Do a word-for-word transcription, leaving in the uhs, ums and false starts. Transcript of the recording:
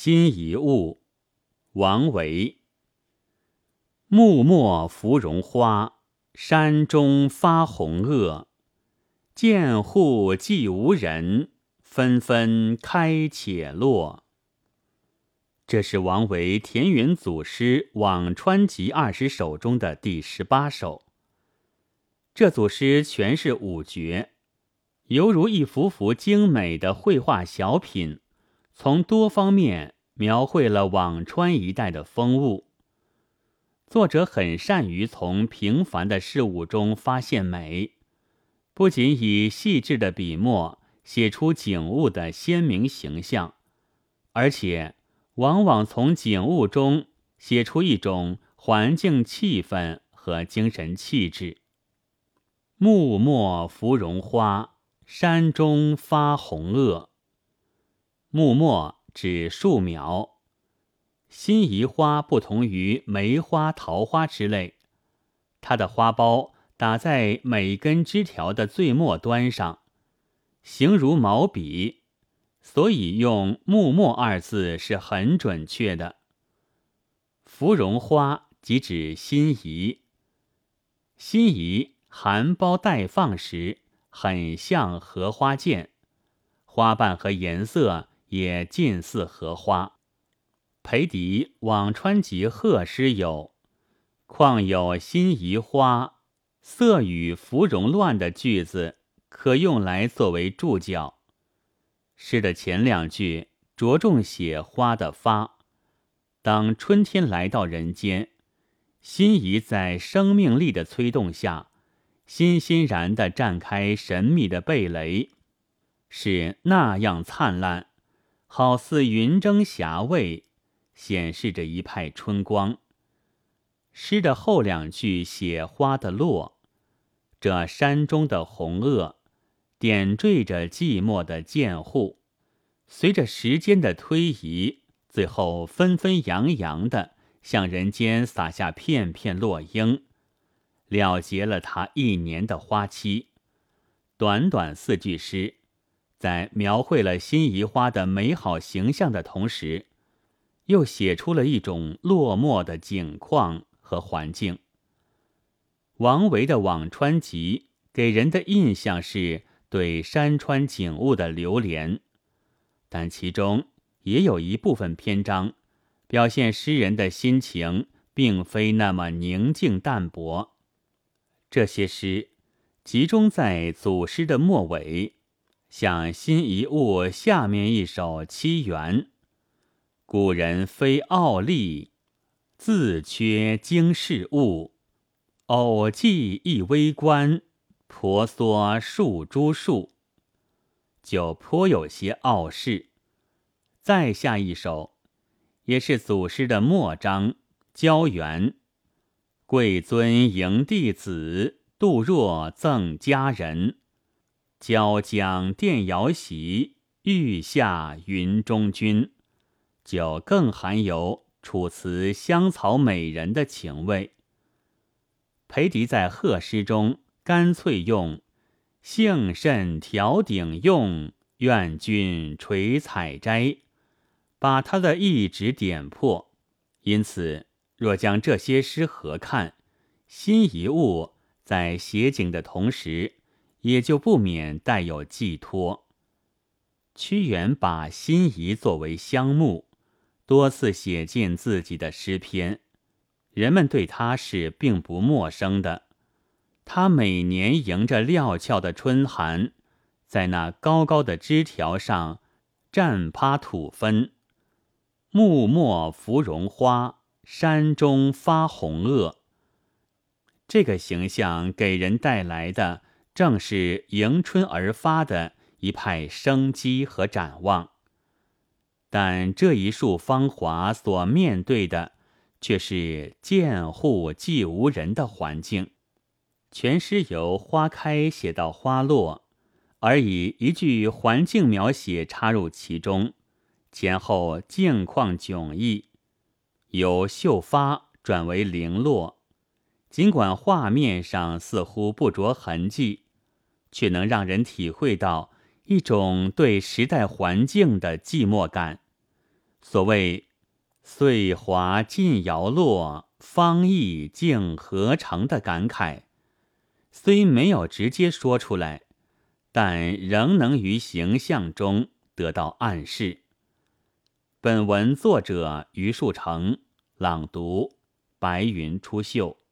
辛夷物，王维。木末芙蓉花，山中发红萼。见户寂无人，纷纷开且落。这是王维田园组诗《辋川集二十首》中的第十八首。这组诗全是五绝，犹如一幅幅精美的绘画小品，从多方面描绘了辋川一带的风物。作者很善于从平凡的事物中发现美，不仅以细致的笔墨写出景物的鲜明形象，而且往往从景物中写出一种环境气氛和精神气质。木末芙蓉花，山中发红萼。木末指树苗。辛夷花不同于梅花、桃花之类，它的花苞打在每根枝条的最末端上，形如毛笔，所以用木末二字是很准确的。芙蓉花即指辛夷。辛夷含苞待放时，很像荷花剑，花瓣和颜色也近似荷花。裴迪《辋川集·贺诗》有“况有辛夷花，色与芙蓉乱”的句子，可用来作为注脚。诗的前两句着重写花的发。当春天来到人间，辛夷在生命力的催动下，欣欣然地绽开神秘的蓓蕾，是那样灿烂，好似云蒸霞蔚，显示着一派春光。诗的后两句写花的落，这山中的红萼点缀着寂寞的涧户，随着时间的推移，最后纷纷扬扬地向人间洒下片片落英，了结了他一年的花期。短短四句诗，在描绘了辛夷花的美好形象的同时，又写出了一种落寞的景况和环境。王维的《辋川集》给人的印象是对山川景物的流连，但其中也有一部分篇章表现诗人的心情并非那么宁静淡泊。这些诗集中在组诗的末尾，像辛夷物下面一首七元：古人非傲立，自缺经世物。偶记一微观，婆娑数株树，就颇有些傲世。再下一首，也是组诗的末章，郊原：贵尊迎弟子，杜若赠佳人。椒江殿瑶席，玉下云中君，就更含有楚辞香草美人的情味。裴迪在贺诗中干脆用幸甚调鼎用，愿君垂采摘，把他的意旨点破。因此若将这些诗合看，辛夷物在写景的同时，也就不免带有寄托。屈原把辛夷作为香木，多次写进自己的诗篇，人们对他是并不陌生的。他每年迎着料峭的春寒，在那高高的枝条上站趴吐芬。木末芙蓉花，山中发红萼。这个形象给人带来的正是迎春而发的一派生机和展望。但这一束芳华所面对的却是见户寂无人的环境。全诗由花开写到花落，而以一句环境描写插入其中，前后境况迥异，由秀发转为零落。尽管画面上似乎不着痕迹，却能让人体会到一种对时代环境的寂寞感， 所谓岁华尽摇落，芳意竟何成的感慨，虽没有直接说出来，但仍能于形象中得到暗示。本文作者余树成，朗读白云出岫。